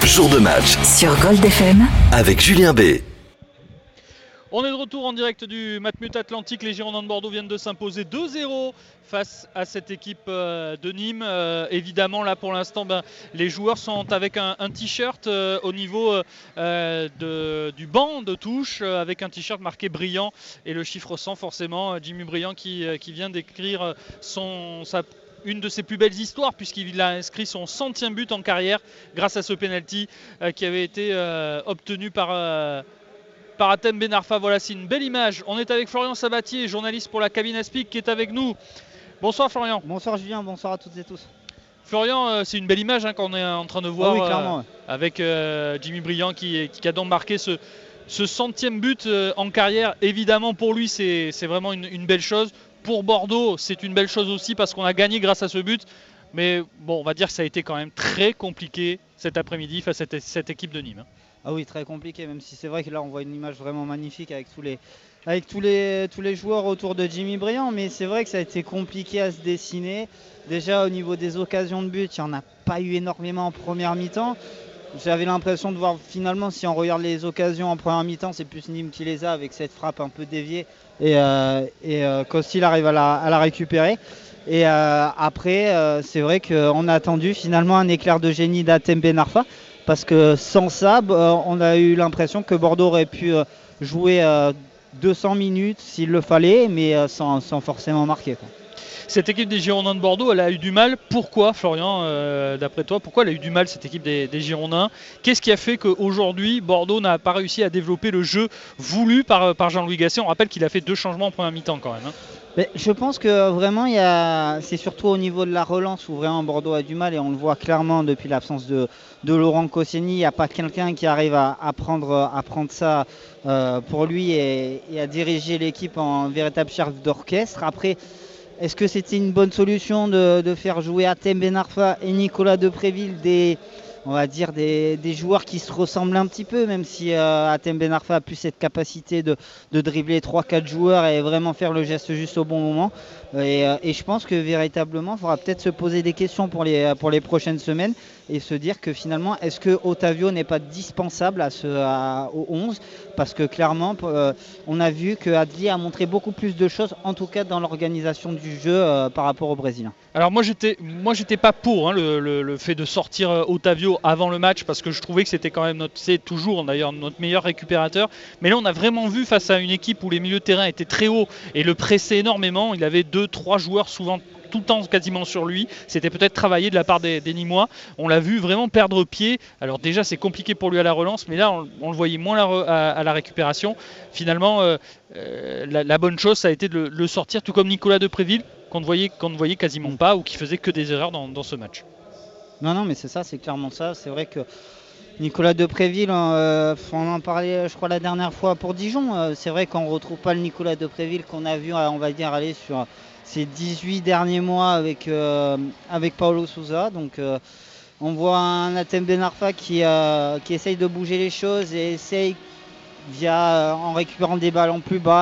Jour de match sur Gold FM avec Julien B. On est de retour en direct du Matmut Atlantique. Les Girondins de Bordeaux viennent de s'imposer 2-0 face à cette équipe de Nîmes. Évidemment, là pour l'instant, les joueurs sont avec un t-shirt au niveau du banc de touche, avec un t-shirt marqué Brillant et le chiffre 100 forcément. Jimmy Brillant qui vient d'écrire une de ses plus belles histoires, puisqu'il a inscrit son 100e but en carrière grâce à ce penalty qui avait été obtenu par Hatem Ben Arfa. Voilà, c'est une belle image. On est avec Florian Sabatier, journaliste pour la cabine Aspic, qui est avec nous. Bonsoir Florian. Bonsoir Julien, bonsoir à toutes et tous. Florian, c'est une belle image qu'on est en train de voir, oui, clairement, avec Jimmy Brillant qui a donc marqué ce 100e but en carrière. Évidemment pour lui c'est vraiment une belle chose. Pour Bordeaux c'est une belle chose aussi parce qu'on a gagné grâce à ce but. Mais bon, on va dire que ça a été quand même très compliqué cet après-midi face à cette équipe de Nîmes. Ah oui, très compliqué, même si c'est vrai que là on voit une image vraiment magnifique avec tous les joueurs autour de Jimmy Brillant, mais c'est vrai que ça a été compliqué à se dessiner. Déjà au niveau des occasions de but, il n'y en a pas eu énormément en première mi-temps. J'avais l'impression de voir finalement, si on regarde les occasions en première mi-temps, c'est plus Nîmes qui les a avec cette frappe un peu déviée et Costil arrive à la récupérer. Et après, c'est vrai qu'on a attendu finalement un éclair de génie d'Hatem Ben Arfa. Parce que sans ça, on a eu l'impression que Bordeaux aurait pu jouer 200 minutes s'il le fallait, mais sans forcément marquer, quoi. Cette équipe des Girondins de Bordeaux, elle a eu du mal. Pourquoi, Florian, d'après toi, pourquoi elle a eu du mal, cette équipe des Girondins? Qu'est-ce qui a fait qu'aujourd'hui, Bordeaux n'a pas réussi à développer le jeu voulu par Jean-Louis Gasset? On rappelle qu'il a fait 2 changements en première mi-temps quand même, hein. Mais je pense que vraiment, c'est surtout au niveau de la relance où vraiment Bordeaux a du mal, et on le voit clairement depuis l'absence de Laurent Koscielny. Il n'y a pas quelqu'un qui arrive à prendre ça pour lui et à diriger l'équipe en véritable chef d'orchestre. Après, est-ce que c'était une bonne solution de faire jouer Hatem Ben Arfa et Nicolas Depréville, on va dire des joueurs qui se ressemblent un petit peu, même si Hatem Ben Arfa a plus cette capacité de dribbler 3-4 joueurs et vraiment faire le geste juste au bon moment. Et je pense que véritablement, il faudra peut-être se poser des questions pour les prochaines semaines et se dire que finalement, est-ce que Otavio n'est pas dispensable au 11? Parce que clairement, on a vu que Adli a montré beaucoup plus de choses, en tout cas dans l'organisation du jeu par rapport aux Brésiliens. Alors moi j'étais pas pour le fait de sortir Otavio avant le match, parce que je trouvais que c'était quand même c'est toujours d'ailleurs notre meilleur récupérateur. Mais là on a vraiment vu face à une équipe où les milieux de terrain étaient très hauts et le pressait énormément. Il avait 2-3 joueurs souvent tout le temps quasiment sur lui. C'était peut-être travaillé de la part des Nîmois. On l'a vu vraiment perdre pied. Alors déjà c'est compliqué pour lui à la relance, mais là on le voyait moins à la récupération. Finalement la bonne chose ça a été de le sortir, tout comme Nicolas Depréville qu'on ne voyait quasiment pas, ou qui faisait que des erreurs dans ce match. Non, mais c'est ça, c'est clairement ça. C'est vrai que Nicolas Depréville, on en parlait je crois la dernière fois pour Dijon. C'est vrai qu'on ne retrouve pas le Nicolas Depréville qu'on a vu, on va dire, aller sur ces 18 derniers mois avec Paulo Sousa. Donc on voit un Hatem Ben Arfa qui essaye de bouger les choses et essaye en récupérant des ballons plus bas,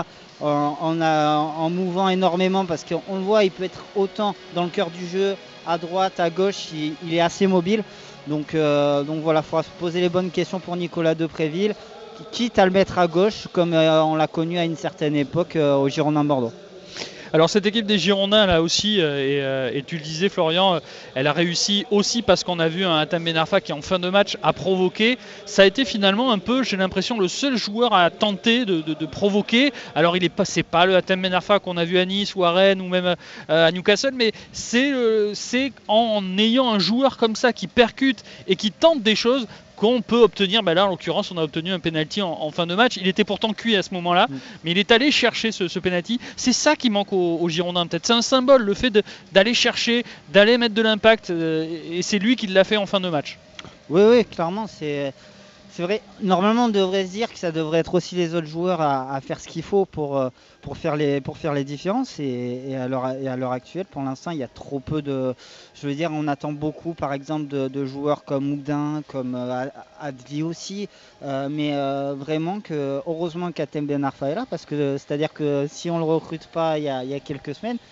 en mouvant énormément, parce qu'on le voit, il peut être autant dans le cœur du jeu, à droite, à gauche, il est assez mobile. Donc voilà, il faudra se poser les bonnes questions pour Nicolas Depréville, quitte à le mettre à gauche, comme on l'a connu à une certaine époque au Girondins de Bordeaux. Alors cette équipe des Girondins là aussi, et tu le disais Florian, elle a réussi aussi parce qu'on a vu un Hatem Ben Arfa qui en fin de match a provoqué. Ça a été finalement un peu, j'ai l'impression, le seul joueur à tenter de provoquer. Alors c'est pas le Hatem Ben Arfa qu'on a vu à Nice ou à Rennes ou même à Newcastle, mais c'est en ayant un joueur comme ça qui percute et qui tente des choses qu'on peut obtenir. Là en l'occurrence on a obtenu un penalty en fin de match. Il était pourtant cuit à ce moment là, mais il est allé chercher ce penalty. C'est ça qui manque aux Girondins peut-être, c'est un symbole, le fait d'aller chercher, d'aller mettre de l'impact, et c'est lui qui l'a fait en fin de match. Oui, clairement, c'est vrai. Normalement on devrait se dire que ça devrait être aussi les autres joueurs à faire ce qu'il faut pour faire les différences, et à l'heure actuelle pour l'instant il y a trop peu je veux dire, on attend beaucoup par exemple de joueurs comme Houdin, comme Adli aussi, mais vraiment heureusement qu'Hatem Ben Arfa est là, parce que c'est-à-dire que si on le recrute pas il y a quelques semaines,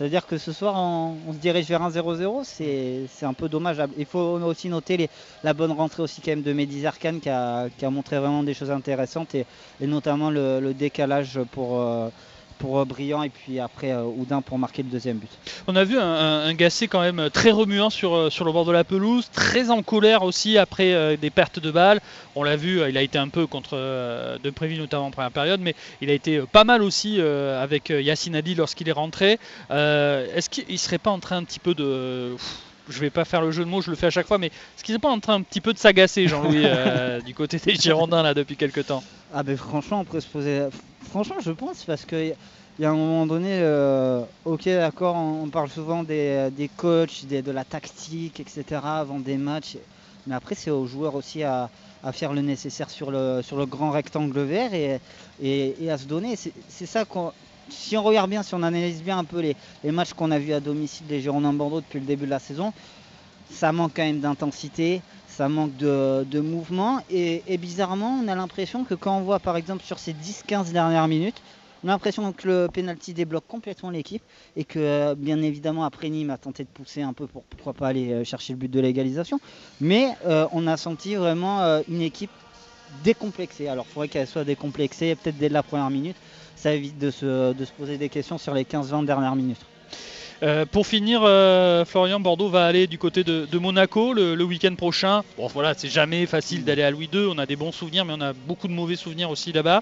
C'est-à-dire que ce soir, on se dirige vers un 0-0, c'est un peu dommageable. Il faut aussi noter la bonne rentrée aussi quand même de Mehdi Zarkan qui a montré vraiment des choses intéressantes et notamment le décalage pour Brillant et puis après Oudin pour marquer le deuxième but. On a vu un Gasset quand même très remuant sur le bord de la pelouse, très en colère aussi après des pertes de balles. On l'a vu, il a été un peu contre Depréville notamment en première période, mais il a été pas mal aussi avec Yacine Adli lorsqu'il est rentré. Est-ce qu'il ne serait pas en train un petit peu de... Je vais pas faire le jeu de mots, je le fais à chaque fois, mais est-ce qu'il n'est pas en train un petit peu de s'agacer, Jean-Louis, du côté des Girondins là depuis quelques temps? Ah ben franchement, on pourrait se poser... Franchement, je pense, parce qu'il y a un moment donné, ok d'accord, on parle souvent des coachs, de la tactique, etc. avant des matchs, mais après c'est aux joueurs aussi à faire le nécessaire sur le grand rectangle vert et à se donner. C'est ça qu'on... Si on regarde bien, si on analyse bien un peu les matchs qu'on a vus à domicile des Girondins de Bordeaux depuis le début de la saison, ça manque quand même d'intensité, ça manque de mouvement et bizarrement on a l'impression que quand on voit par exemple sur ces 10-15 dernières minutes, on a l'impression que le penalty débloque complètement l'équipe et que bien évidemment après Nîmes a tenté de pousser un peu pour pourquoi pas aller chercher le but de l'égalisation, mais on a senti vraiment une équipe décomplexée. Alors il faudrait qu'elle soit décomplexée peut-être dès la première minute, ça évite de se poser des questions sur les 15-20 dernières minutes. Pour finir, Florian, Bordeaux va aller du côté de Monaco le week-end prochain. Bon voilà, c'est jamais facile d'aller à Louis II, on a des bons souvenirs, mais on a beaucoup de mauvais souvenirs aussi là-bas.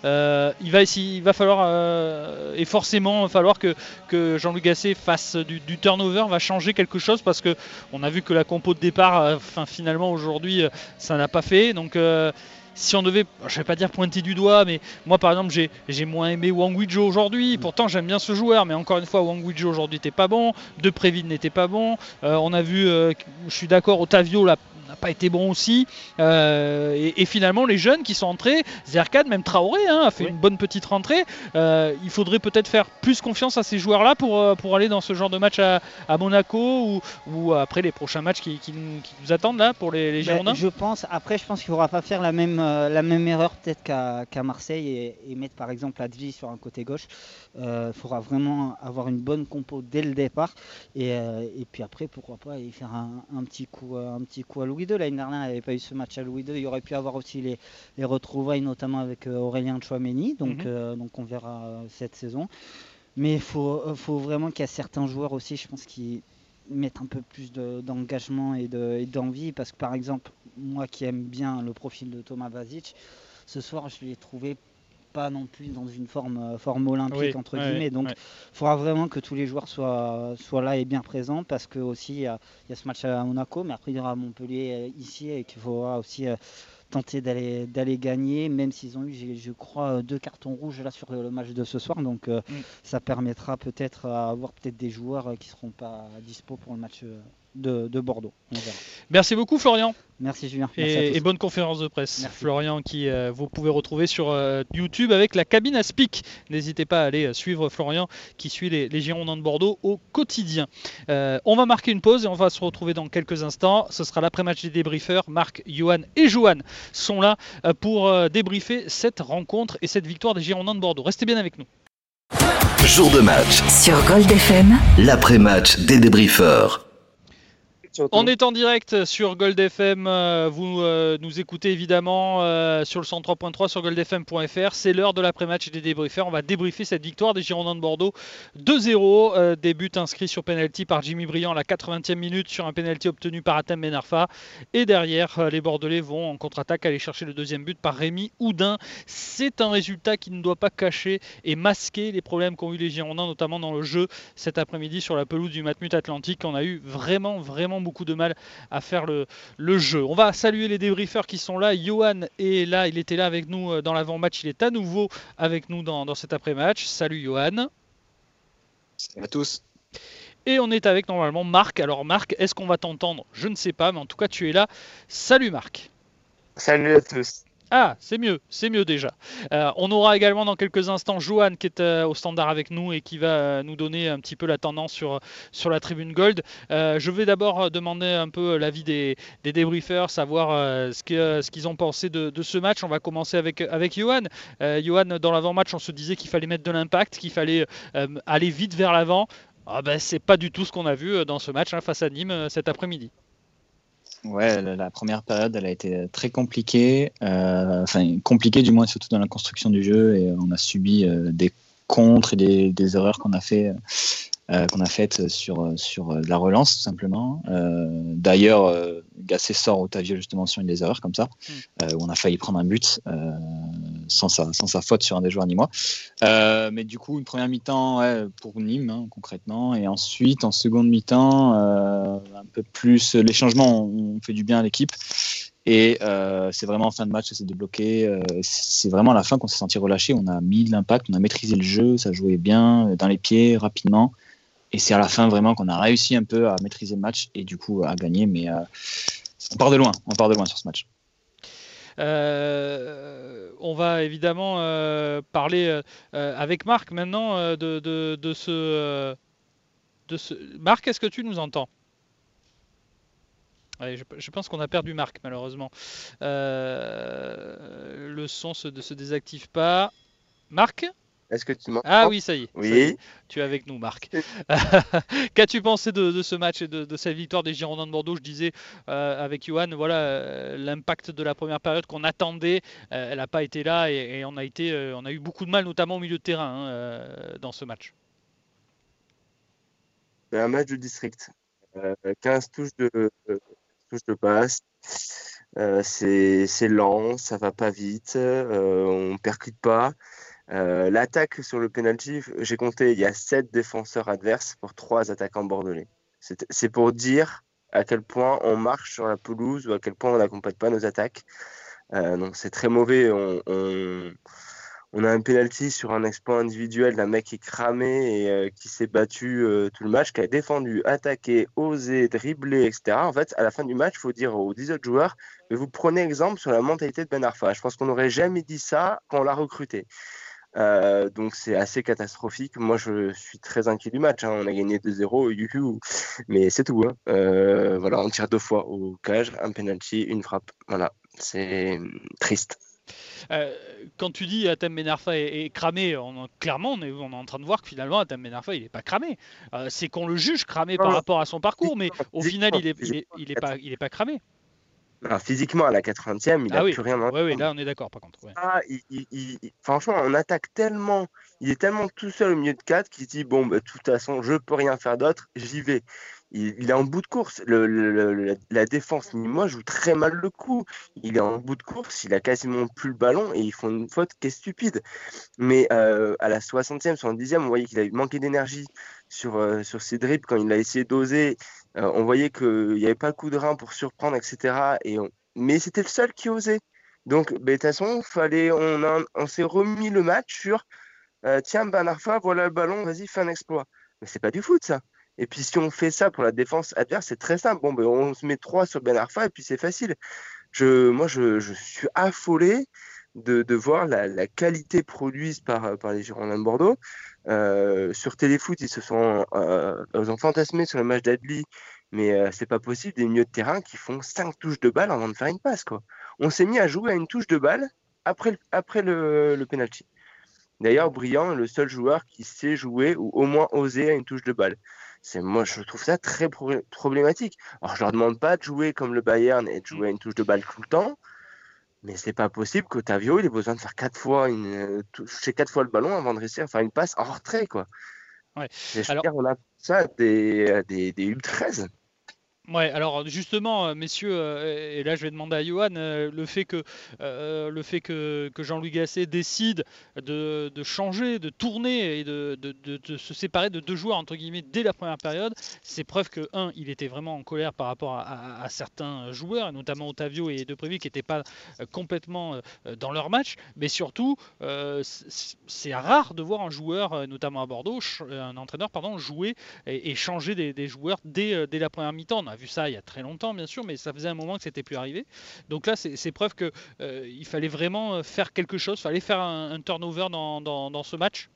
Il va falloir, et forcément, il va falloir que Jean-Louis Gasset fasse du turnover, va changer quelque chose, parce qu'on a vu que la compo de départ, finalement aujourd'hui, ça n'a pas fait. Donc si on devait, je ne vais pas dire pointer du doigt, mais moi par exemple j'ai moins aimé Wang Weizhou aujourd'hui. Pourtant j'aime bien ce joueur, mais encore une fois Wang Weizhou aujourd'hui n'était pas bon, Depréville n'était pas bon. On a vu, je suis d'accord, Otavio n'a pas été bon aussi. Et finalement les jeunes qui sont entrés, Zerkan, même Traoré a fait une bonne petite rentrée. Il faudrait peut-être faire plus confiance à ces joueurs-là pour aller dans ce genre de match à Monaco ou après les prochains matchs qui nous attendent là pour les Girondins. Je pense qu'il ne faudra pas faire la même erreur peut-être qu'à Marseille et mettre par exemple Advi sur un côté gauche. Il faudra vraiment avoir une bonne compo dès le départ et puis après pourquoi pas y faire un petit coup à Louis II. L'année dernière il n'y avait pas eu ce match à Louis II, il y aurait pu avoir aussi les retrouvailles notamment avec Aurélien Tchouaméni, donc on verra cette saison, mais il faut vraiment qu'il y a certains joueurs aussi, je pense, qui mettre un peu plus d'engagement et d'envie, parce que par exemple moi qui aime bien le profil de Thomas Vasic, ce soir je l'ai trouvé pas non plus dans une forme olympique entre guillemets, donc il faudra vraiment que tous les joueurs soient là et bien présents, parce que aussi il y a ce match à Monaco, mais après il y aura Montpellier ici et qu'il faudra aussi tenter d'aller gagner, même s'ils ont eu, je crois, 2 cartons rouges là sur le match de ce soir, donc ça permettra peut-être à avoir des joueurs qui ne seront pas dispo pour le match de Bordeaux. Merci beaucoup Florian. Merci Julien. Et bonne conférence de presse. Merci. Florian qui vous pouvez retrouver sur YouTube avec la cabine à Speak. N'hésitez pas à aller suivre Florian qui suit les Girondins de Bordeaux au quotidien. On va marquer une pause et on va se retrouver dans quelques instants. Ce sera l'après-match des débriefeurs. Marc, Johan et Johan sont là pour débriefer cette rencontre et cette victoire des Girondins de Bordeaux. Restez bien avec nous. Jour de match sur Gold FM. L'après-match des débriefeurs. On est en direct sur Gold FM, vous nous écoutez évidemment sur le 103.3 sur goldfm.fr, c'est l'heure de l'après-match des débriefeurs, on va débriefer cette victoire des Girondins de Bordeaux 2-0, des buts inscrits sur penalty par Jimmy Brillant à la 80e minute sur un penalty obtenu par Hatem Ben Arfa, et derrière les Bordelais vont en contre-attaque aller chercher le deuxième but par Rémi Oudin. C'est un résultat qui ne doit pas cacher et masquer les problèmes qu'ont eu les Girondins, notamment dans le jeu cet après-midi sur la pelouse du Matmut Atlantique. On a eu vraiment beaucoup de mal à faire le jeu. On va saluer les débriefeurs qui sont là. Johan est là, il était là avec nous dans l'avant-match, il est à nouveau avec nous dans cet après-match. Salut Johan. Salut à tous. Et on est avec normalement Marc. Alors Marc, est-ce qu'on va t'entendre? Je ne sais pas, mais en tout cas tu es là. Salut Marc. Salut à tous. Ah, c'est mieux déjà. On aura également dans quelques instants Johan qui est au standard avec nous et qui va nous donner un petit peu la tendance sur la tribune Gold. Je vais d'abord demander un peu l'avis des débriefeurs, savoir ce qu'ils ont pensé de ce match. On va commencer avec Johan. Johan, dans l'avant-match, on se disait qu'il fallait mettre de l'impact, qu'il fallait aller vite vers l'avant. Ah ben, c'est pas du tout ce qu'on a vu dans ce match face à Nîmes cet après-midi. Ouais, la première période, elle a été très compliquée. Compliquée du moins, surtout dans la construction du jeu. Et on a subi des contres et des erreurs qu'on a faites sur la relance, tout simplement. D'ailleurs, Gasset sort Otavio justement sur une des erreurs comme ça, où on a failli prendre un but sans sa faute sur un des joueurs nîmois. Mais du coup, une première mi-temps pour Nîmes, concrètement. Et ensuite, en seconde mi-temps, un peu plus. Les changements ont fait du bien à l'équipe. Et c'est vraiment en fin de match, ça s'est débloqué. C'est vraiment à la fin qu'on s'est senti relâché. On a mis de l'impact, on a maîtrisé le jeu, ça jouait bien, dans les pieds, rapidement. Et c'est à la fin vraiment qu'on a réussi un peu à maîtriser le match et du coup à gagner. Mais on part de loin sur ce match. On va évidemment parler avec Marc maintenant de ce. Marc, est-ce que tu nous entends ? Ouais, je pense qu'on a perdu Marc malheureusement. Le son se désactive pas. Marc ? Est-ce que tu m'entends ? Ah oui, ça y est. Oui. Ça y est. Tu es avec nous, Marc. Qu'as-tu pensé de ce match et de cette victoire des Girondins de Bordeaux ? Je disais avec Johan, voilà, l'impact de la première période qu'on attendait, elle n'a pas été là et on a eu beaucoup de mal, notamment au milieu de terrain dans ce match. Un match de district. 15 touches de passe. C'est lent, ça va pas vite, on percute pas. L'attaque sur le penalty, j'ai compté, il y a 7 défenseurs adverses pour 3 attaquants bordelais. C'est pour dire à quel point on marche sur la pelouse ou à quel point on n'accompagne pas nos attaques. Donc c'est très mauvais. On a un penalty sur un exploit individuel d'un mec qui est cramé et qui s'est battu tout le match, qui a défendu, attaqué, osé, dribblé, etc. En fait, à la fin du match, il faut dire aux 10 autres joueurs, mais vous prenez exemple sur la mentalité de Ben Arfa. Je pense qu'on n'aurait jamais dit ça quand on l'a recruté. Donc c'est assez catastrophique. Moi je suis très inquiet du match, On a gagné 2-0, youhou. Mais c'est tout, Voilà, on tire 2 fois au cage, un penalty, une frappe. Voilà, c'est triste. Quand tu dis Hatem Ben Arfa est cramé, clairement on est en train de voir que finalement Hatem Ben Arfa il n'est pas cramé. C'est qu'on le juge cramé par rapport à son parcours, mais au final il est pas cramé. Alors, physiquement, à la 80e, il n'a plus rien dans le Oui, là on est d'accord par contre. Ouais. Franchement, on attaque tellement, il est tellement tout seul au milieu de 4 qu'il se dit bon, de toute façon, je peux rien faire d'autre, j'y vais. Il est en bout de course. La défense nîmois joue très mal le coup. Il est en bout de course, il a quasiment plus le ballon et ils font une faute qui est stupide. Mais à la 60e, 70e, on voyait qu'il avait manqué d'énergie sur ses dribbles quand il a essayé d'oser. On voyait qu'il n'y avait pas le coup de rein pour surprendre, etc. Mais c'était le seul qui osait. Donc, de toute façon, on s'est remis le match sur tiens, Ben Arfa, voilà le ballon, vas-y, fais un exploit. Mais c'est pas du foot, ça. Et puis, si on fait ça pour la défense adverse, c'est très simple. Bon, on se met 3 sur Ben Arfa et puis c'est facile. Moi, je suis affolé de voir la qualité produite par les Girondins de Bordeaux. Sur Téléfoot, ils ont fantasmé sur le match d'Adli, mais c'est pas possible des milieux de terrain qui font 5 touches de balle avant de faire une passe, quoi. On s'est mis à jouer à une touche de balle après le penalty. D'ailleurs, Briand est le seul joueur qui sait jouer ou au moins oser à une touche de balle. Moi, je trouve ça très problématique. Alors, je leur demande pas de jouer comme le Bayern et de jouer à une touche de balle tout le temps, mais c'est pas possible qu'Otavio il ait besoin de faire 4 fois toucher 4 fois le ballon avant de réussir à faire une passe en retrait, quoi. Ouais. On a ça des U13. Ouais, alors justement, messieurs, et là je vais demander à Johan, le fait que Jean-Louis Gasset décide de changer, de tourner et de se séparer de 2 joueurs entre guillemets dès la première période, c'est preuve que il était vraiment en colère par rapport à certains joueurs, notamment Otavio et Depréville qui n'étaient pas complètement dans leur match, mais surtout c'est rare de voir un joueur, notamment à Bordeaux, un entraîneur jouer et changer des joueurs dès la première mi-temps. On a vu ça il y a très longtemps bien sûr, mais ça faisait un moment que c'était plus arrivé. Donc là c'est preuve que il fallait vraiment faire quelque chose, il fallait faire un turnover dans ce match.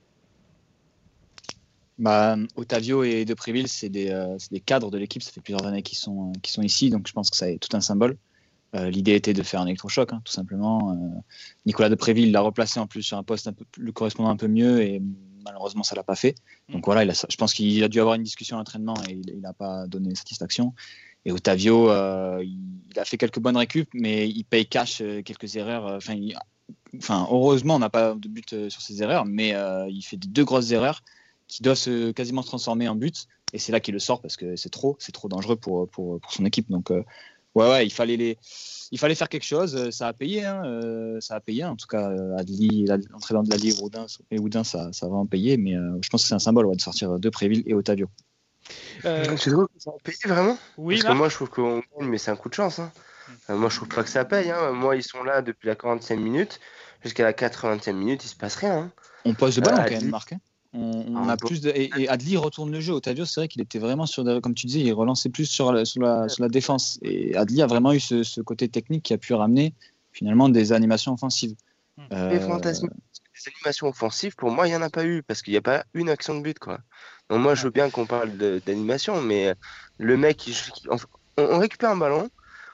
Otavio et Depréville, c'est des cadres de l'équipe, ça fait plusieurs années qu'ils sont ici, donc je pense que ça est tout un symbole. L'idée était de faire un électrochoc, tout simplement. Nicolas Depréville l'a replacé en plus sur un poste lui correspondant un peu mieux, et malheureusement, ça l'a pas fait. Donc voilà, je pense qu'il a dû avoir une discussion à l'entraînement et il n'a pas donné satisfaction. Et Otavio, il a fait quelques bonnes récup, mais il paye cash quelques erreurs. Heureusement, on n'a pas de but sur ses erreurs, mais il fait 2 grosses erreurs qui doivent quasiment se transformer en but. Et c'est là qu'il le sort parce que c'est trop dangereux pour son équipe. Donc, il fallait faire quelque chose. Ça a payé. Ça a payé. En tout cas, Adli, l'entraîneur de l'Adli et Oudin, ça a vraiment payé. Mais je pense que c'est un symbole de sortir de Préville et Otavio. Tu trouves que ça a payé vraiment? Oui, Parce que moi, je trouve qu'on gagne, mais c'est un coup de chance. Moi, je trouve pas que ça paye. Moi, ils sont là depuis la 40e minute. Jusqu'à la 80e minute, il se passe rien. On pose le ballon quand Adli... même, Marc. On a plus et Adli retourne le jeu. Otavio, c'est vrai qu'il était vraiment comme tu disais, il relançait plus sur la défense. Et Adli a vraiment eu ce côté technique qui a pu ramener finalement des animations offensives. Les animations offensives, pour moi, il n'y en a pas eu parce qu'il n'y a pas une action de but, quoi. Donc moi, je veux bien qu'on parle d'animation, mais le mec, on récupère un ballon,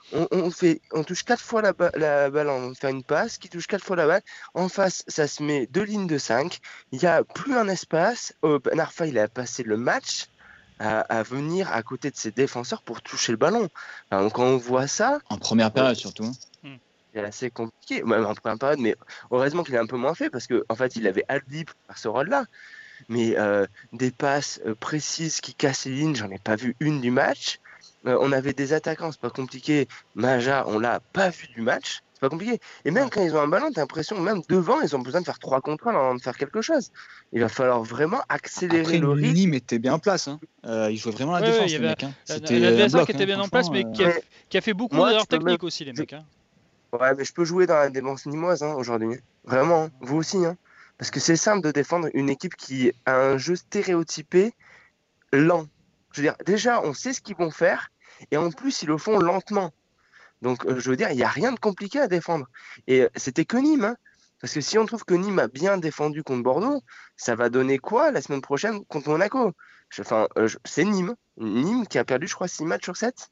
on touche 4 fois la balle, on fait une passe, qui touche 4 fois la balle. En face, ça se met 2 lignes de 5. Il n'y a plus un espace. Ben Arfa, il a passé le match à venir à côté de ses défenseurs pour toucher le ballon. Alors, quand on voit ça... En première période, surtout. C'est assez compliqué, même en première période, mais heureusement qu'il a un peu moins fait parce qu'en fait, il avait Adli pour faire ce rôle-là. Mais des passes précises qui cassent les lignes, j'en ai pas vu une du match. On avait des attaquants, c'est pas compliqué. Maja, on l'a pas vu du match, c'est pas compliqué. Et même quand ils ont un ballon, t'as l'impression que même devant, ils ont besoin de faire 3 contre 1 avant de faire quelque chose. Il va falloir vraiment accélérer le rythme. Nîmes était bien en place. Il jouait vraiment la défense, les mecs. C'était l'adversaire qui était bien en place, mais qui a fait beaucoup d'erreurs techniques aussi, les mecs. Ouais, mais je peux jouer dans la défense nîmoise aujourd'hui. Vraiment, vous aussi. Parce que c'est simple de défendre une équipe qui a un jeu stéréotypé lent. Je veux dire, déjà, on sait ce qu'ils vont faire, et en plus, ils le font lentement. Donc, je veux dire, il n'y a rien de compliqué à défendre. Et c'était que Nîmes. Parce que si on trouve que Nîmes a bien défendu contre Bordeaux, ça va donner quoi la semaine prochaine contre Monaco? C'est Nîmes. Nîmes qui a perdu, je crois, 6 matchs sur 7.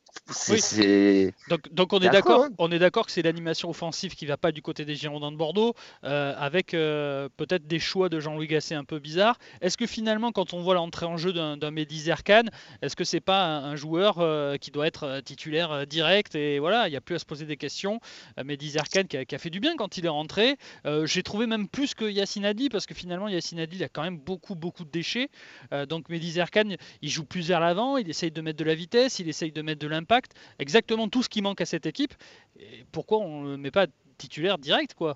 Donc on est d'accord, on est d'accord que c'est l'animation offensive qui va pas du côté des Girondins de Bordeaux, avec peut-être des choix de Jean-Louis Gasset un peu bizarres. Est-ce que finalement, quand on voit l'entrée en jeu d'un Mehdi Zerkane, est-ce que c'est pas un joueur qui doit être titulaire direct et voilà, il n'y a plus à se poser des questions. Mehdi Zerkane qui a fait du bien quand il est rentré. J'ai trouvé même plus que Yacine Adli parce que finalement Yacine Adli il a quand même beaucoup de déchets. Donc Mehdi Zerkane il joue plus vers l'avant, il essaye de mettre de la vitesse, il essaye de mettre de l'impact, exactement tout ce qui manque à cette équipe. Et pourquoi on ne le met pas titulaire direct, quoi?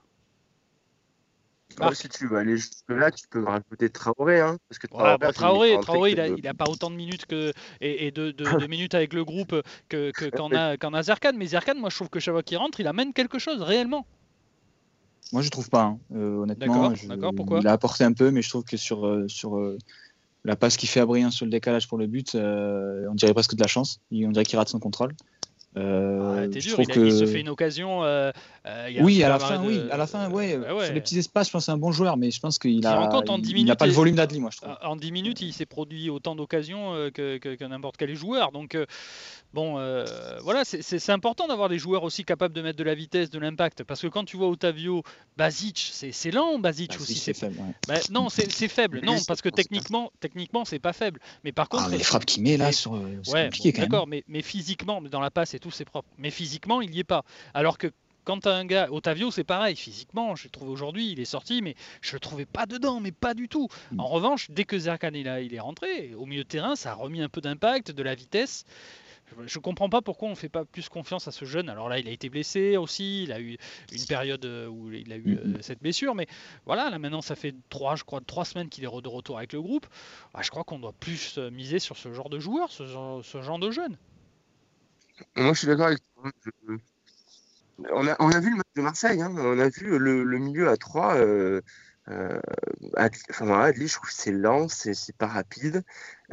Si tu veux aller jusque-là, tu peux rajouter Traoré. Parce que Traoré, il a pas autant de minutes et de minutes avec le groupe qu'en a Zerkane. Mais Zerkane, moi je trouve que chaque fois qu'il rentre, il amène quelque chose réellement. Moi je trouve pas. Honnêtement, d'accord, pourquoi? Il a apporté un peu, mais je trouve que sur la passe qu'il fait à Brian sur le décalage pour le but, on dirait presque de la chance. On dirait qu'il rate son contrôle. T'es dur, il se fait une occasion. Oui, à la fin, sur les petits espaces, je pense que c'est un bon joueur, mais je pense qu'il n'a pas le volume d'Adli, moi, je trouve. En 10 minutes, il s'est produit autant d'occasions que n'importe quel joueur. Donc, voilà, c'est important d'avoir des joueurs aussi capables de mettre de la vitesse, de l'impact. Parce que quand tu vois Otavio, Basic, c'est lent, Basic aussi. C'est faible. Ouais. Non, c'est faible. Non, parce que techniquement, c'est pas faible. Mais par contre, les frappes qu'il met là, c'est compliqué quand même. D'accord, mais physiquement, dans la passe et tout, c'est propre. Mais physiquement, il y est pas. Alors que quand tu as un gars, Otavio, c'est pareil, physiquement, je l'ai trouvé aujourd'hui, il est sorti, mais je le trouvais pas dedans, mais pas du tout. En revanche, dès que Zerkane il est rentré, au milieu de terrain, ça a remis un peu d'impact, de la vitesse. Je comprends pas pourquoi on fait pas plus confiance à ce jeune. Alors là, il a été blessé aussi, il a eu une période où il a eu cette blessure, mais voilà, là maintenant, ça fait 3 semaines qu'il est de retour avec le groupe. Je crois qu'on doit plus miser sur ce genre de joueur, ce genre de jeune. Moi, je suis d'accord avec toi. On a vu le match de Marseille, on a vu le milieu à 3. Adli, je trouve que c'est lent, c'est pas rapide.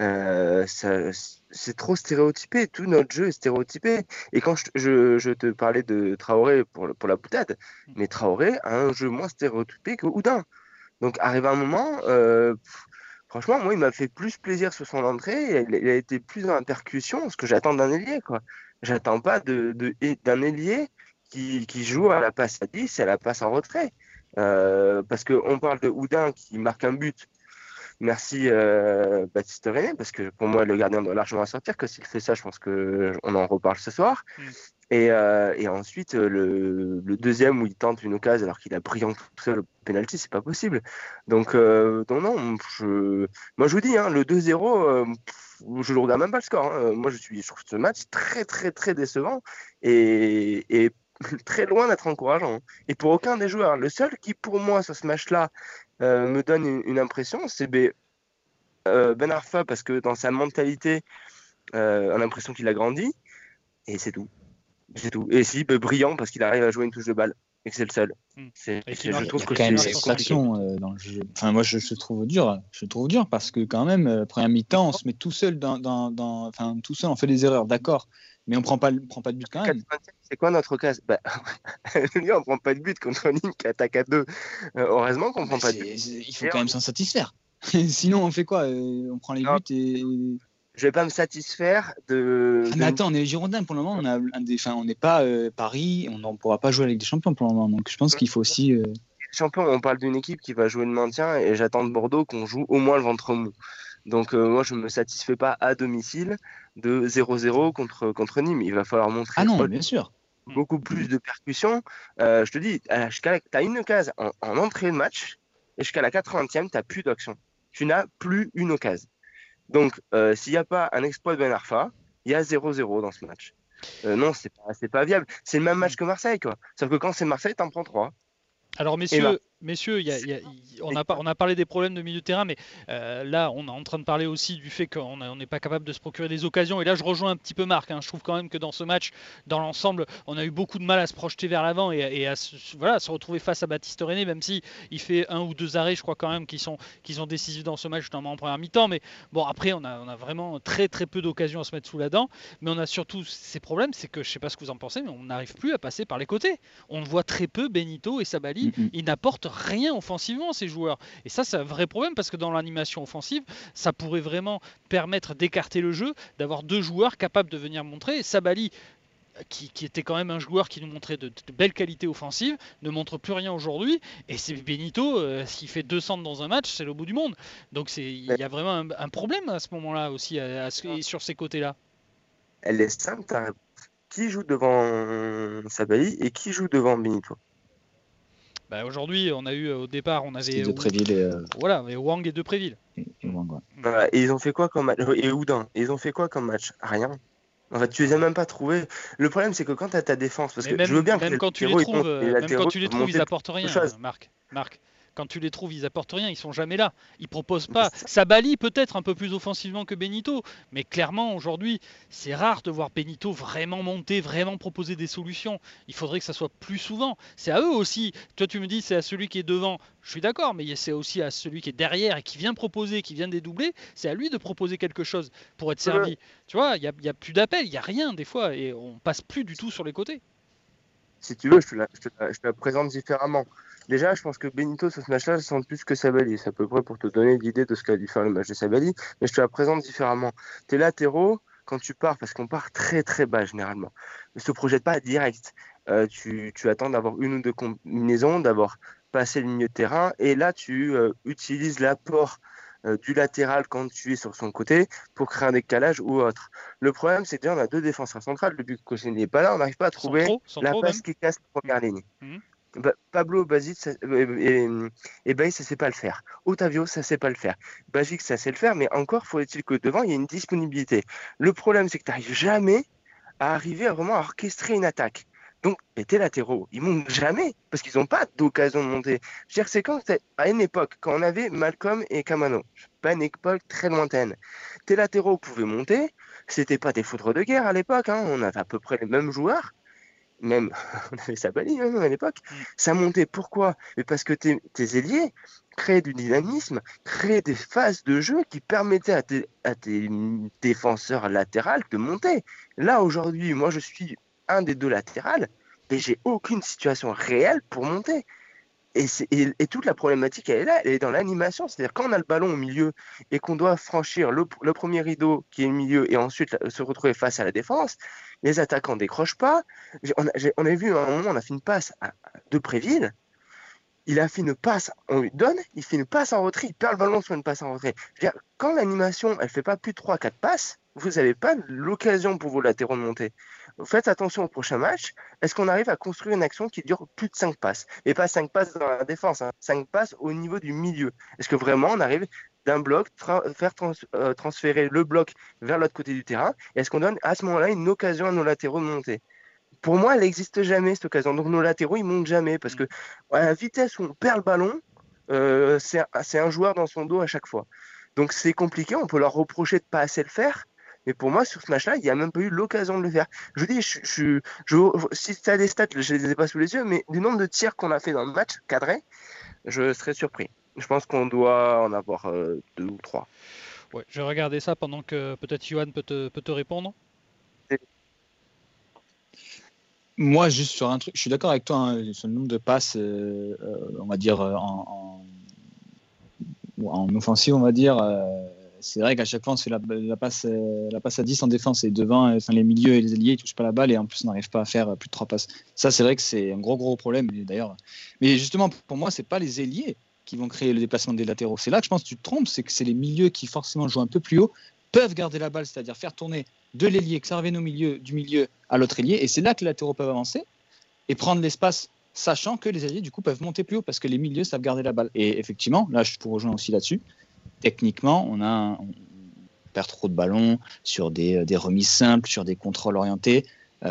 C'est trop stéréotypé. Tout notre jeu est stéréotypé. Et quand je te parlais de Traoré pour la boutade, mais Traoré a un jeu moins stéréotypé que Oudin. Donc, arrive un moment, franchement, moi, il m'a fait plus plaisir sur son entrée. Il a été plus dans la percussion, ce que j'attends d'un ailier, quoi. J'attends pas d'un ailier qui joue à la passe à 10 et à la passe en retrait. Parce qu'on parle de Oudin qui marque un but Merci Baptiste René, parce que pour moi, le gardien doit largement sortir, que s'il fait ça, je pense qu'on en reparle ce soir. Et ensuite, le deuxième où il tente une occasion alors qu'il a brillant tout seul au penalty, c'est pas possible. Donc non, moi je vous dis, le 2-0, je ne regarde même pas le score. Moi, je trouve ce match très, très, très décevant et très loin d'être encourageant. Et pour aucun des joueurs. Le seul qui, pour moi, sur ce match-là, me donne une impression, c'est Ben Arfa, parce que dans sa mentalité, on a l'impression qu'il a grandi, et c'est tout. C'est tout. Et si, brillant, parce qu'il arrive à jouer une touche de balle, et que c'est le seul. Je trouve que c'est une satisfaction dans le jeu. Enfin, moi, je trouve dur. Je trouve dur parce que quand même, première mi-temps, on se met tout seul tout seul, on fait des erreurs, d'accord. Mais on prend pas de but quand même. C'est quoi notre occasion? On prend pas de but contre Nîmes qui attaque à 2. Heureusement qu'on prend pas de but. Il faut quand même s'en satisfaire. Sinon, on fait quoi? On prend les buts et... Je vais pas me satisfaire de. Mais attends, on est Girondins pour le moment. On n'est pas Paris. On ne pourra pas jouer avec des champions pour le moment. Donc je pense qu'il faut aussi. Champion, on parle d'une équipe qui va jouer le maintien et j'attends de Bordeaux qu'on joue au moins le ventre mou. Donc moi je me satisfais pas à domicile de 0-0 contre Nîmes. Il va falloir montrer bien sûr. Beaucoup plus de percussions. Je te dis, tu as une occasion en entrée de match et jusqu'à la 80e, tu n'as plus d'action. Tu n'as plus une occasion. Donc s'il n'y a pas un exploit de Ben Arfa, il y a 0-0 dans ce match. Non, c'est pas viable. C'est le même match que Marseille, quoi. Sauf que quand c'est Marseille, tu en prends 3. Alors messieurs, on a parlé des problèmes de milieu de terrain, mais là on est en train de parler aussi du fait qu'on n'est pas capable de se procurer des occasions. Et là je rejoins un petit peu Marc. Je trouve quand même que dans ce match, dans l'ensemble, on a eu beaucoup de mal à se projeter vers l'avant et à se retrouver face à Baptiste René, même si il fait 1 ou 2 arrêts, je crois quand même, qui sont décisifs dans ce match, notamment en première mi-temps. Mais bon, après on a vraiment très très peu d'occasions à se mettre sous la dent. Mais on a surtout ces problèmes, c'est que je sais pas ce que vous en pensez, mais on n'arrive plus à passer par les côtés. On voit très peu Benito et Sabali. Ils n'apportent rien offensivement, ces joueurs. Et ça, c'est un vrai problème parce que dans l'animation offensive, ça pourrait vraiment permettre d'écarter le jeu, d'avoir 2 joueurs capables de venir montrer. Sabali, qui était quand même un joueur qui nous montrait de belles qualités offensives, ne montre plus rien aujourd'hui. Et c'est Benito, s'il fait 2 centres dans un match, c'est le bout du monde. Donc il y a vraiment un problème à ce moment-là aussi, sur ces côtés-là. Elle est simple. Qui joue devant Sabali et qui joue devant Benito? Aujourd'hui, on a eu au départ, on avait Depréville Wang et Depréville. Et Wang, ouais. Et ils ont fait quoi comme match? Et Houdin, ils ont fait quoi comme match? Rien. En fait, tu les as même pas trouvés. Le problème, c'est que quand tu as ta défense, parce que je veux bien que quand tu les trouves, ils apportent rien, Marc. Quand tu les trouves, ils apportent rien, ils sont jamais là. Ils proposent pas. Sabali peut-être un peu plus offensivement que Benito, mais clairement aujourd'hui, c'est rare de voir Benito vraiment monter, vraiment proposer des solutions. Il faudrait que ça soit plus souvent. C'est à eux aussi. Toi, tu me dis c'est à celui qui est devant. Je suis d'accord, mais c'est aussi à celui qui est derrière et qui vient proposer, qui vient dédoubler. C'est à lui de proposer quelque chose pour être servi. Tu vois, il y a plus d'appel, il y a rien des fois, et on passe plus du tout sur les côtés. Si tu veux, je te la présente différemment. Déjà, je pense que Benito, sur ce match-là, sent plus que Sabali. C'est à peu près pour te donner l'idée de ce qu'a dû faire le match de Sabali. Mais je te la présente différemment. Tes latéraux, quand tu pars, parce qu'on part très très bas généralement, ne se projette pas direct. Tu attends d'avoir une ou deux combinaisons, d'avoir passé le milieu de terrain. Et là, tu utilises l'apport du latéral quand tu es sur son côté pour créer un décalage ou autre. Le problème, c'est que déjà, on a 2 défenseurs centrales. Depuis que Koscielny n'est pas là, on n'arrive pas à trouver la passe qui casse la première ligne. Pablo Bazic et Bailly, ça sait pas le faire. Otavio, ça sait pas le faire. Bajic, ça sait le faire, mais encore faut-il que devant, il y ait une disponibilité. Le problème, c'est que tu n'arrives jamais à arriver à vraiment orchestrer une attaque. Donc, tes latéraux, ils montent jamais parce qu'ils n'ont pas d'occasion de monter. Je veux dire, c'est à une époque, quand on avait Malcolm et Camano, pas une époque très lointaine. Tes latéraux pouvaient monter, c'était pas des foudres de guerre à l'époque, on avait à peu près les mêmes joueurs. Même, on avait Sabali à l'époque, ça montait. Pourquoi? Mais parce que tes ailiers créaient du dynamisme, créaient des phases de jeu qui permettaient à tes défenseurs latéraux de monter. Là, aujourd'hui, moi, je suis un des 2 latérales, mais j'ai aucune situation réelle pour monter. Et toute la problématique, elle est là, elle est dans l'animation. C'est-à-dire quand on a le ballon au milieu et qu'on doit franchir le premier rideau qui est le milieu et ensuite se retrouver face à la défense, les attaquants ne décrochent pas. On a vu à un moment, on a fait une passe à Depréville. il a fait une passe, on lui donne, il fait une passe en retrait, il perd le ballon sur une passe en retrait. Je veux dire, quand l'animation, elle fait pas plus de 3-4 passes, vous n'avez pas l'occasion pour vos latéraux de monter. Faites attention au prochain match. Est-ce qu'on arrive à construire une action qui dure plus de 5 passes? Et pas 5 passes dans la défense, 5 passes au niveau du milieu. Est-ce que vraiment on arrive d'un bloc, faire transférer le bloc vers l'autre côté du terrain? Et est-ce qu'on donne à ce moment-là une occasion à nos latéraux de monter? Pour moi, elle n'existe jamais, cette occasion. Donc nos latéraux, ils montent jamais. Parce que à la vitesse où on perd le ballon, c'est un joueur dans son dos à chaque fois. Donc c'est compliqué, on peut leur reprocher de ne pas assez le faire. Mais pour moi, sur ce match-là, il n'y a même pas eu l'occasion de le faire. Je vous dis, si tu as des stats, je ne les ai pas sous les yeux, mais du nombre de tirs qu'on a fait dans le match cadré, je serais surpris. Je pense qu'on doit en avoir 2 ou 3. Ouais, je vais regarder ça pendant que peut-être Johan peut te répondre. Moi, juste sur un truc, je suis d'accord avec toi sur le nombre de passes, on va dire en offensive, on va dire. C'est vrai qu'à chaque fois, on se fait la passe à 10 en défense et devant, les milieux et les ailiers ne touchent pas la balle et en plus, on n'arrive pas à faire plus de 3 passes. Ça, c'est vrai que c'est un gros problème. D'ailleurs, mais justement, pour moi, c'est pas les ailiers qui vont créer le déplacement des latéraux. C'est là que je pense que tu te trompes, c'est que c'est les milieux qui forcément jouent un peu plus haut, peuvent garder la balle, c'est-à-dire faire tourner de l'ailier, Xavier du milieu à l'autre ailier, et c'est là que les latéraux peuvent avancer et prendre l'espace, sachant que les ailiers du coup peuvent monter plus haut parce que les milieux savent garder la balle. Et effectivement, là je te rejoins aussi là-dessus, techniquement on perd trop de ballons sur des remises simples, sur des contrôles orientés,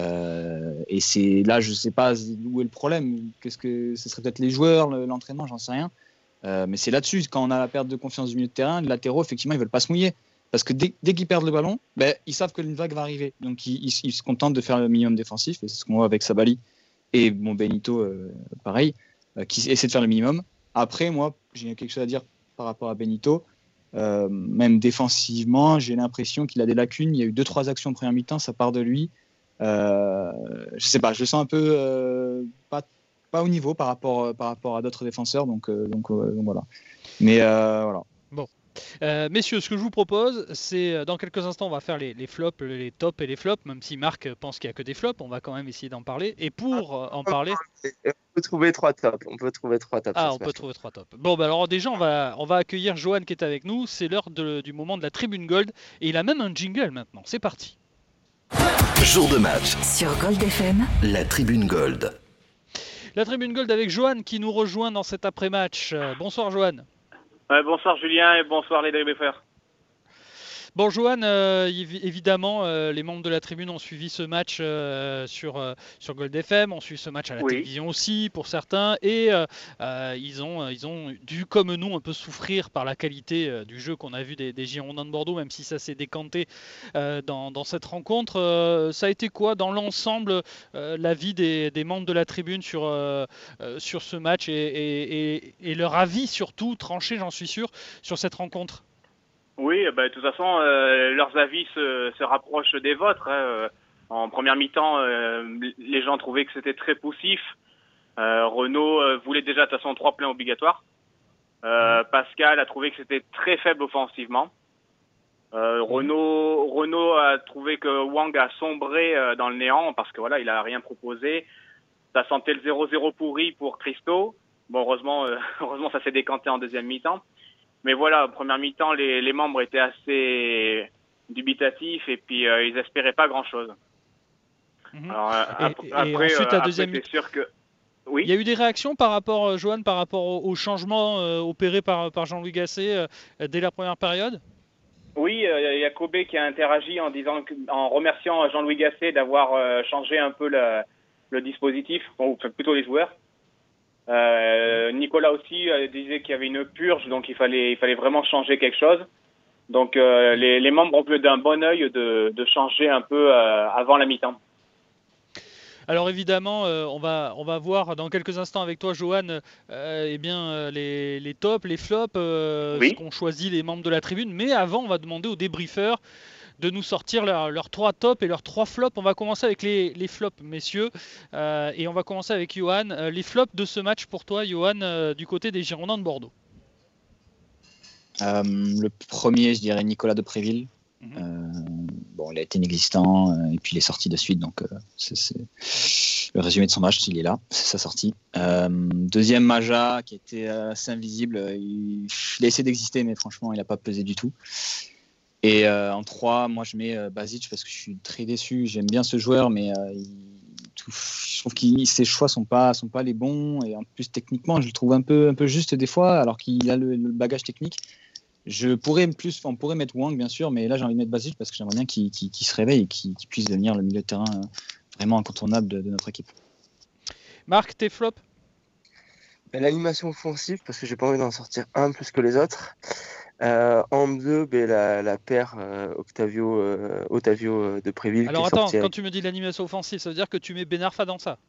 et c'est là, je sais pas où est le problème. Qu'est-ce que ce serait? Peut-être les joueurs, l'entraînement, j'en sais rien, mais c'est là-dessus, quand on a la perte de confiance du milieu de terrain, les latéraux effectivement ils veulent pas se mouiller. Parce que dès qu'ils perdent le ballon, ils savent que une vague va arriver. Donc, ils se contentent de faire le minimum défensif. Et c'est ce qu'on voit avec Sabali et Benito, pareil, qui essaie de faire le minimum. Après, moi, j'ai quelque chose à dire par rapport à Benito. Même défensivement, j'ai l'impression qu'il a des lacunes. Il y a eu 2-3 actions en première mi-temps, ça part de lui. Je sais pas, je le sens un peu pas au niveau par rapport à d'autres défenseurs. Donc voilà. Mais voilà. Messieurs, ce que je vous propose, c'est dans quelques instants, on va faire les flops, les tops et les flops, même si Marc pense qu'il n'y a que des flops, on va quand même essayer d'en parler. Et pour en parler... On peut trouver 3 tops. On peut trouver 3 tops. Ah, on peut trouver 3 tops. Bon, alors déjà, on va accueillir Johan qui est avec nous. C'est l'heure du moment de la Tribune Gold. Et il a même un jingle maintenant. C'est parti. Jour de match. Sur Gold FM. La Tribune Gold. La Tribune Gold avec Johan qui nous rejoint dans cet après-match. Bonsoir Johan. Bonsoir Julien et bonsoir les débriefers. Bon Johan, évidemment, les membres de la tribune ont suivi ce match sur Gold FM, ont suivi ce match à la télévision aussi pour certains, et ils ont dû, comme nous, un peu souffrir par la qualité du jeu qu'on a vu des Girondins de Bordeaux, même si ça s'est décanté dans cette rencontre. Ça a été quoi dans l'ensemble l'avis des membres de la tribune sur ce match et leur avis surtout, tranché j'en suis sûr, sur cette rencontre? Oui, de toute façon, leurs avis se rapprochent des vôtres. En première mi-temps, les gens trouvaient que c'était très poussif. Renaud voulait déjà de toute façon 3 pleins obligatoires. Pascal a trouvé que c'était très faible offensivement. Renaud a trouvé que Wang a sombré dans le néant parce que voilà, il a rien proposé. Ça sentait le 0-0 pourri pour Christo. Bon, heureusement ça s'est décanté en deuxième mi-temps. Mais voilà, en première mi-temps, les membres étaient assez dubitatifs et puis ils espéraient pas grand-chose. Alors, et ensuite, la deuxième mi-temps, c'est sûr que... Oui. Il y a eu des réactions par rapport, Johan, par rapport au changement opéré par Jean-Louis Gasset dès la première période? Oui, il y a Kobe qui a interagi en remerciant Jean-Louis Gasset d'avoir changé un peu le dispositif, ou plutôt les joueurs. Nicolas aussi disait qu'il y avait une purge, donc il fallait vraiment changer quelque chose. Donc les membres ont vu d'un bon œil de changer un peu avant la mi-temps. Alors évidemment, on va voir dans quelques instants avec toi, Johan, les tops, les flops, ce qu'ont choisi les membres de la tribune. Mais avant, on va demander aux débriefeurs de nous sortir leurs 3 tops et leurs 3 flops. On va commencer avec les flops, messieurs, et on va commencer avec Johan. Les flops de ce match pour toi, Johan, du côté des Girondins de Bordeaux. Le premier, je dirais Nicolas Depréville. bon, il a été inexistant et puis il est sorti de suite. Donc, c'est le résumé de son match, il est là, c'est sa sortie. Deuxième, Maja, qui était assez invisible. Il a essayé d'exister, mais franchement, il n'a pas pesé du tout. Et en 3, moi, je mets Basic parce que je suis très déçu. J'aime bien ce joueur, mais je trouve que ses choix sont pas les bons. Et en plus, techniquement, je le trouve un peu juste des fois, alors qu'il a le bagage technique. On pourrait mettre Wang, bien sûr, mais là, j'ai envie de mettre Basic parce que j'aimerais bien qu'il se réveille et qu'il puisse devenir le milieu de terrain vraiment incontournable de notre équipe. Marc, tes flops? L'animation offensive, parce que j'ai pas envie d'en sortir un plus que les autres. En 2, la paire Otavio de Préville. Alors qui est attends, sortie quand tu me dis l'animation offensive, ça veut dire que tu mets Ben Arfa dans ça?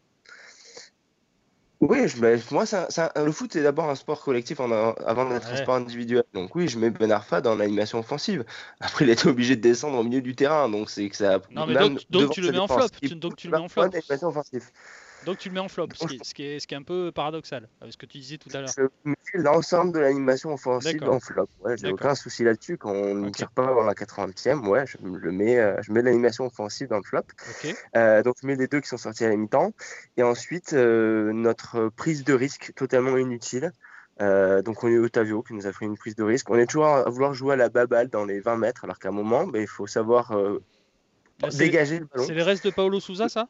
Oui, moi, le foot, c'est d'abord un sport collectif avant d'être un sport individuel. Donc oui, je mets Ben Arfa dans l'animation offensive. Après, il était obligé de descendre au milieu du terrain. Donc c'est que ça. Non, mais donc tu le mets en flop. Donc tu le mets en flop. L'animation offensive. Donc tu le mets en flop, ce qui est un peu paradoxal, ce que tu disais tout à l'heure. Je mets l'ensemble de l'animation offensive en flop. Ouais, j'ai aucun souci là-dessus. Quand on ne tire pas avant la 80e, ouais, je mets l'animation offensive dans le flop. Donc je mets les deux qui sont sortis à la mi-temps. Et ensuite, notre prise de risque totalement inutile. Donc on est Otavio qui nous a fait une prise de risque. On est toujours à vouloir jouer à la baballe dans les 20 mètres, alors qu'à un moment, il faut savoir dégager le ballon. C'est les restes de Paulo Sousa, ça?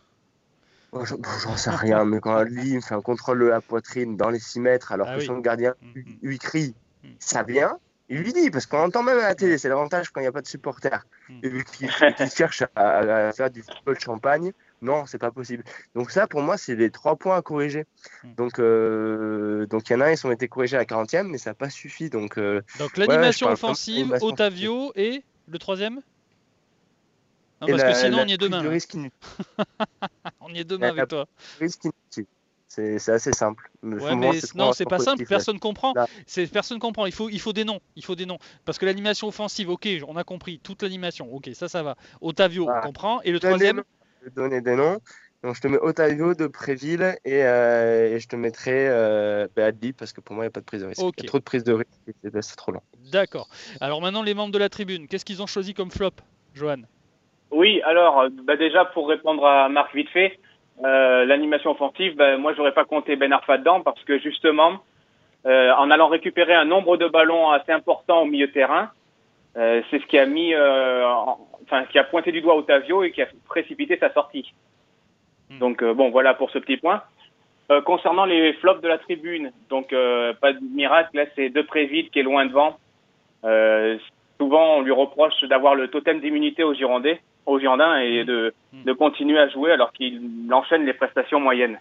J'en sais rien, mais quand lui me fait un contrôle de la poitrine dans les 6 mètres, alors que son gardien lui crie, ça vient, il lui dit, parce qu'on entend même à la télé, c'est l'avantage quand il n'y a pas de supporters, et qu'il cherche à faire du football de champagne, non, c'est pas possible. Donc ça, pour moi, c'est les 3 points à corriger. Donc il y en a, ils ont été corrigés à la 40e, mais ça n'a pas suffi. Donc l'animation offensive, Otavio, et le troisième? Non, parce que sinon on y est demain. On y est demain avec toi. C'est assez simple. Ouais, mais non, c'est pas simple. Personne comprend. Personne comprend. Il faut des noms. Parce que l'animation offensive, ok, on a compris toute l'animation. Ok, ça va. Otavio, on comprend. Et le troisième? Je vais donner des noms. Donc je te mets Otavio de Préville et je te mettrai Adli parce que pour moi il n'y a pas de prise de risque. Il y a trop de prise de risque. C'est trop long. D'accord. Alors maintenant les membres de la tribune, qu'est-ce qu'ils ont choisi comme flop, Johan? Oui, alors déjà pour répondre à Marc vite fait, l'animation offensive, moi j'aurais pas compté Ben Arfa dedans parce que justement, en allant récupérer un nombre de ballons assez important au milieu de terrain, c'est ce qui a mis, qui a pointé du doigt Otavio et qui a précipité sa sortie. Donc voilà pour ce petit point. Concernant les flops de la tribune, donc pas de miracle, là c'est De Préville qui est loin devant. Souvent on lui reproche d'avoir le totem d'immunité aux Girondins et de continuer à jouer alors qu'il enchaîne les prestations moyennes.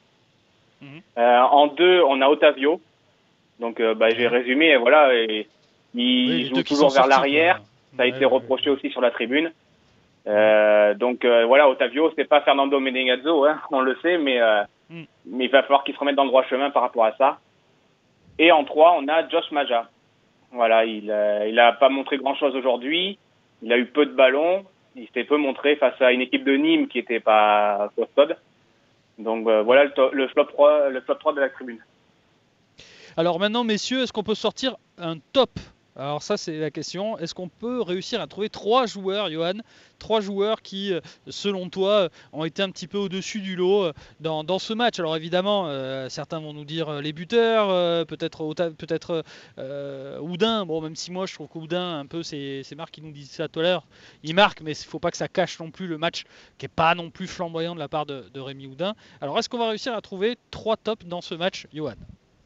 En 2, on a Otavio. Donc, j'ai résumé, voilà. Et il joue toujours vers l'arrière. Ça a été reproché aussi sur la tribune. Voilà, Otavio, c'est pas Fernando Menegazzo, hein, on le sait, mais il va falloir qu'il se remette dans le droit chemin par rapport à ça. Et en 3, on a Josh Maja. Voilà, il a pas montré grand-chose aujourd'hui. Il a eu peu de ballons. Il s'est peu montré face à une équipe de Nîmes qui n'était pas costaud. Donc voilà le flop 3 de la tribune. Alors maintenant, messieurs, est-ce qu'on peut sortir un top? Alors ça, c'est la question. Est-ce qu'on peut réussir à trouver 3 joueurs, Johan, 3 joueurs qui, selon toi, ont été un petit peu au-dessus du lot dans ce match? Alors évidemment, certains vont nous dire les buteurs, peut-être Houdin. Bon, même si moi, je trouve qu'Houdin, un peu, c'est Marc qui nous disait ça tout à l'heure. Il marque, mais il ne faut pas que ça cache non plus le match qui n'est pas non plus flamboyant de la part de Rémi Houdin. Alors, est-ce qu'on va réussir à trouver 3 tops dans ce match, Johan?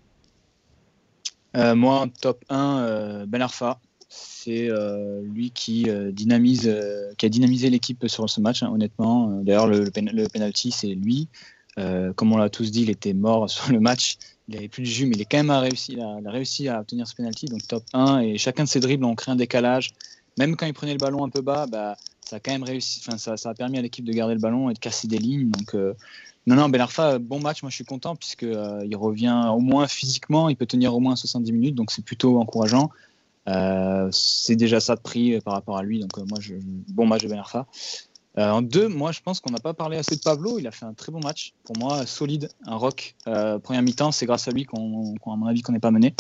Moi, top 1, Ben Arfa. C'est lui qui a dynamisé l'équipe sur ce match, hein, honnêtement. D'ailleurs, le penalty, c'est lui. Comme on l'a tous dit, il était mort sur le match. Il n'avait plus de jus, mais il a réussi à obtenir ce penalty. Donc top 1. Et chacun de ses dribbles ont créé un décalage. Même quand il prenait le ballon un peu bas, ça a quand même réussi. Ça a permis à l'équipe de garder le ballon et de casser des lignes. Donc non, Ben Arfa, bon match. Moi, je suis content puisque il revient au moins physiquement. Il peut tenir au moins 70 minutes, donc c'est plutôt encourageant. C'est déjà ça de prix par rapport à lui. Donc bon match de Ben Arfa. En 2, moi, je pense qu'on n'a pas parlé assez de Pablo. Il a fait un très bon match. Pour moi, solide, un rock. Première mi-temps, c'est grâce à lui à mon avis, qu'on n'est pas mené.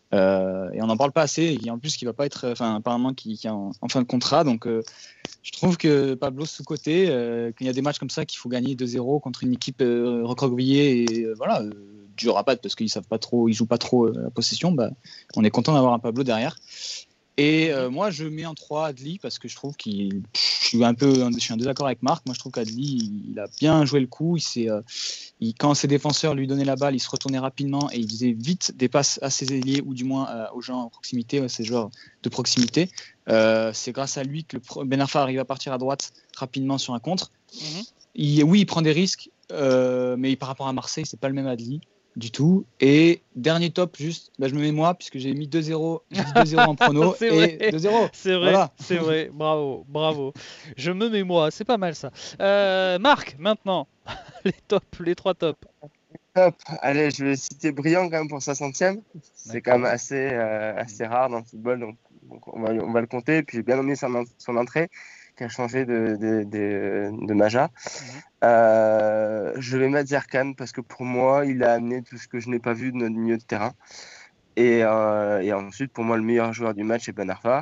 Et on n'en parle pas assez, et en plus qui va pas être, apparemment qui est en fin de contrat, donc je trouve que Pablo sous-coté, qu'il y a des matchs comme ça qu'il faut gagner 2-0 contre une équipe recroquevillée et du rabat parce qu'ils savent pas trop, ils jouent pas trop la possession, on est content d'avoir un Pablo derrière. Et moi je mets en 3 Adli parce que je trouve je suis en désaccord avec Marc. Moi je trouve qu'Adli il a bien joué le coup, quand ses défenseurs lui donnaient la balle, il se retournait rapidement et il faisait vite des passes à ses ailiers ou du moins aux gens en proximité, ces joueurs de proximité. C'est grâce à lui que Ben Arfa arrive à partir à droite rapidement sur un contre. Il prend des risques, mais par rapport à Marseille, c'est pas le même Adli du tout. Et dernier top, juste, je me mets moi, puisque j'ai mis 2-0, j'ai dit 2-0 en prono, C'est et vrai. 2-0. C'est vrai, Voilà. c'est vrai. Bravo. Je me mets moi, c'est pas mal ça. Marc, maintenant, les 3 tops. Top. Allez, je vais citer Brillant quand même pour sa 100e. C'est quand même assez rare dans le football, donc on va le compter. Puis j'ai bien aimé son entrée, qui a changé de Maja. Je vais mettre Zerkan parce que pour moi, il a amené tout ce que je n'ai pas vu de notre milieu de terrain. Et ensuite, pour moi, le meilleur joueur du match est Ben Arfa.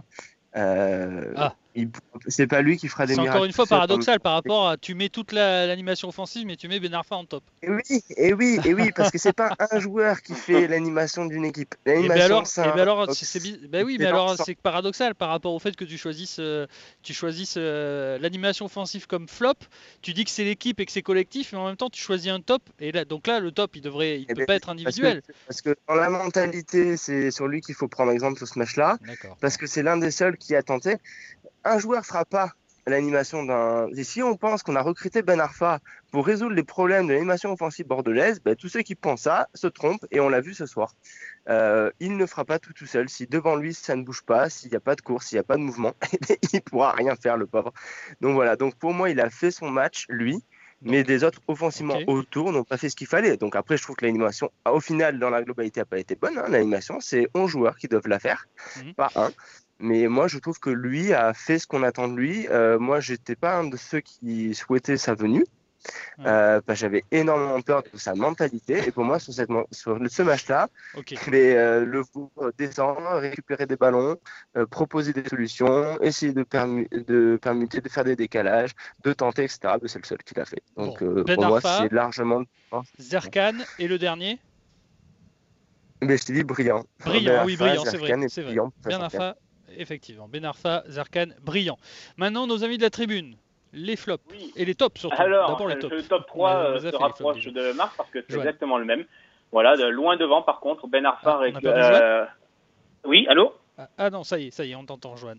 C'est pas lui qui fera des C'est miracles. encore une fois paradoxal par rapport à tu mets toute l'animation offensive, mais tu mets Ben Arfa en top. Et oui, parce que c'est pas un joueur qui fait l'animation d'une équipe. Mais L'animation, alors, c'est paradoxal par rapport au fait que tu choisisses l'animation offensive comme flop. Tu dis que c'est l'équipe et que c'est collectif, mais en même temps tu choisis un top. Et là, donc là, le top, il peut pas être individuel. Parce que dans la mentalité, c'est sur lui qu'il faut prendre exemple sur ce match-là. Parce que c'est l'un des seuls qui a tenté. Un joueur fera pas l'animation d'un. Et si on pense qu'on a recruté Ben Arfa pour résoudre les problèmes de l'animation offensive bordelaise, tous ceux qui pensent ça se trompent et on l'a vu ce soir. Il ne fera pas tout seul. Si devant lui ça ne bouge pas, s'il n'y a pas de course, s'il n'y a pas de mouvement, il pourra rien faire le pauvre. Donc voilà. Donc pour moi, il a fait son match lui. Mais des autres offensivement autour n'ont pas fait ce qu'il fallait. Donc après, je trouve que l'animation, au final, dans la globalité, n'a pas été bonne. L'animation, c'est 11 joueurs qui doivent la faire, pas un. Mais moi, je trouve que lui a fait ce qu'on attend de lui. Moi, j'étais pas un de ceux qui souhaitaient sa venue. J'avais énormément peur de sa mentalité. Et pour moi, sur ce match-là, le descendre, récupérer des ballons, proposer des solutions, essayer de permuter, de faire des décalages, de tenter, etc. C'est le seul qui l'a fait. Donc Ben pour moi, Arfa, c'est largement... Zerkan et le dernier Mais je t'ai dit Brillant. Brillant, c'est vrai. Ben Arfa, effectivement. Ben Arfa, Zerkan, Brillant. Maintenant, nos amis de la tribune. Les flops et les tops surtout. Alors, d'abord les tops. Le top 3 se rapproche de Marc parce que c'est exactement le même. Voilà, loin devant par contre, Ben Arfa Oui, allô? Ah non, ça y est, on t'entend, Joanne.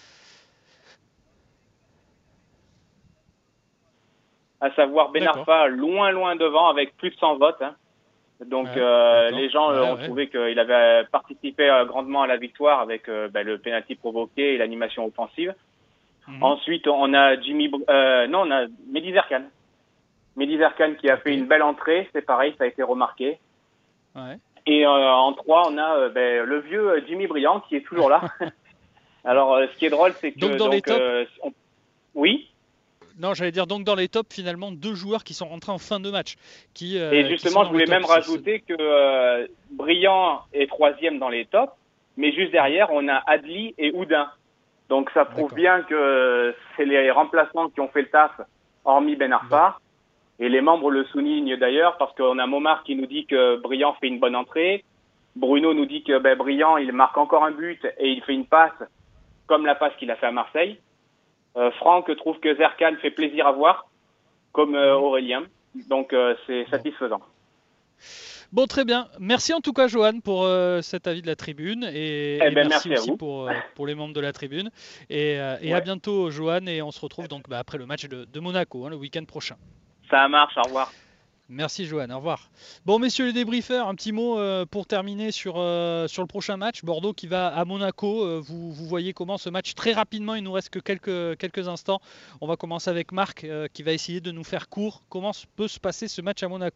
À savoir Ben Arfa loin devant avec plus de 100 votes. Donc les gens ont trouvé qu'il avait participé grandement à la victoire avec le penalty provoqué et l'animation offensive. Ensuite, on a Mehdi Zerkan. Mehdi Zerkan qui a fait une belle entrée, c'est pareil, ça a été remarqué. Et en 3, on a le vieux Jimmy Brillant qui est toujours là. Alors, ce qui est drôle, c'est que... Donc, dans les tops... Oui. Non, j'allais dire, donc dans les tops, finalement, 2 joueurs qui sont rentrés en fin de match. Et justement, je voulais même rajouter que Brillant est 3e dans les tops, mais juste derrière, on a Adli et Oudin. Donc ça prouve bien que c'est les remplaçants qui ont fait le taf, hormis Ben Arfa. Et les membres le soulignent d'ailleurs parce qu'on a Momar qui nous dit que Brillant fait une bonne entrée. Bruno nous dit que Brillant, il marque encore un but et il fait une passe comme la passe qu'il a fait à Marseille. Franck trouve que Zerkan fait plaisir à voir, comme Aurélien. Donc c'est satisfaisant. Bon, très bien. Merci en tout cas, Johan, pour cet avis de la tribune. Et merci aussi pour les membres de la tribune. Et à bientôt, Johan. Et on se retrouve donc après le match de Monaco, le week-end prochain. Ça marche, au revoir. Merci, Johan. Au revoir. Bon, messieurs les débriefeurs, un petit mot pour terminer sur le prochain match. Bordeaux qui va à Monaco. Vous voyez comment ce match, très rapidement, il nous reste que quelques instants. On va commencer avec Marc qui va essayer de nous faire court. Comment peut se passer ce match à Monaco ?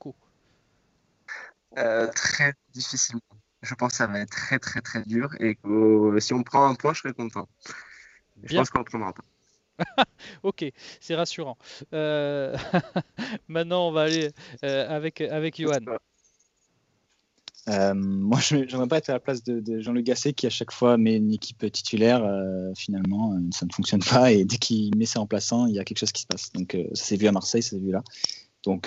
Très difficilement. Je pense que ça va être très très très dur et que si on prend un point, je serai content. Je pense qu'on ne prendra pas. Ok, c'est rassurant. Maintenant, on va aller avec Johan. Moi, je n'aimerais pas être à la place de Jean-Luc Gasset qui, à chaque fois, met une équipe titulaire. Finalement, ça ne fonctionne pas. Et dès qu'il met ses remplaçants, il y a quelque chose qui se passe. Donc, ça s'est vu à Marseille, ça s'est vu là. Donc,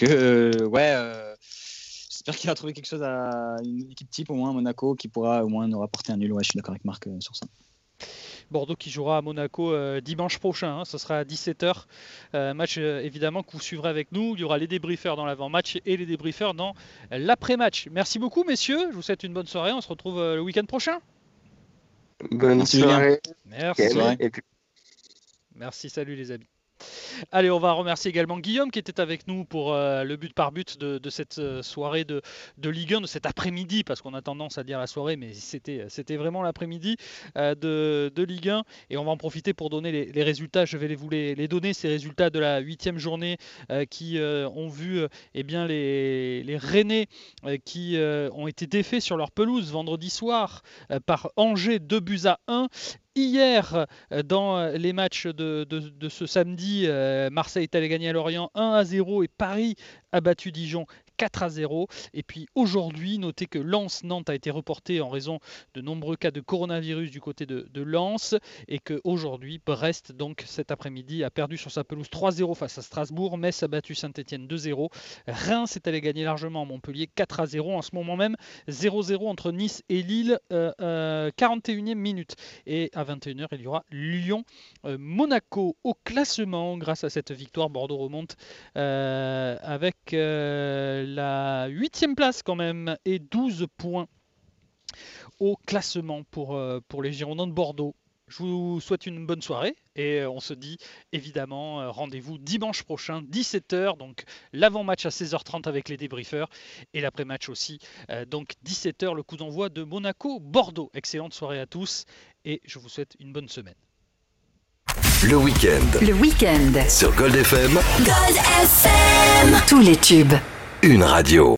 j'espère qu'il va trouver quelque chose à une équipe type, au moins à Monaco, qui pourra au moins nous rapporter un nul. Ouais, je suis d'accord avec Marc sur ça. Bordeaux qui jouera à Monaco dimanche prochain, ce sera à 17h. Match évidemment que vous suivrez avec nous. Il y aura les débriefeurs dans l'avant-match et les débriefeurs dans l'après-match. Merci beaucoup messieurs, je vous souhaite une bonne soirée. On se retrouve le week-end prochain. Bonne soirée. Merci. Merci, salut les amis. Allez, on va remercier également Guillaume qui était avec nous pour le but par but de cette soirée de Ligue 1, de cet après-midi, parce qu'on a tendance à dire la soirée, mais c'était vraiment l'après-midi de Ligue 1. Et on va en profiter pour donner les résultats. Je vais vous les donner, ces résultats de la 8e journée qui ont vu les Rennais qui ont été défaits sur leur pelouse vendredi soir par Angers 2-1. Hier, dans les matchs de ce samedi, Marseille est allé gagner à Lorient 1-0 et Paris a battu Dijon 4-0. Et puis aujourd'hui, notez que Lens-Nantes a été reporté en raison de nombreux cas de coronavirus du côté de Lens et qu'aujourd'hui, Brest, donc cet après-midi, a perdu sur sa pelouse 3-0 face à Strasbourg. Metz a battu Saint-Etienne 2-0. Reims est allé gagner largement à Montpellier 4-0. En ce moment même, 0-0 entre Nice et Lille, 41e minute. Et à 21h, il y aura Lyon-Monaco au classement. Grâce à cette victoire, Bordeaux remonte avec la 8e place quand même et 12 points au classement pour les Girondins de Bordeaux. Je vous souhaite une bonne soirée et on se dit évidemment rendez-vous dimanche prochain 17h, donc l'avant-match à 16h30 avec les débriefeurs et l'après-match aussi, donc 17h le coup d'envoi de Monaco-Bordeaux. Excellente soirée à tous et je vous souhaite une bonne semaine. Le week-end. Sur Gold FM. Gold FM. Tous les tubes. Une radio.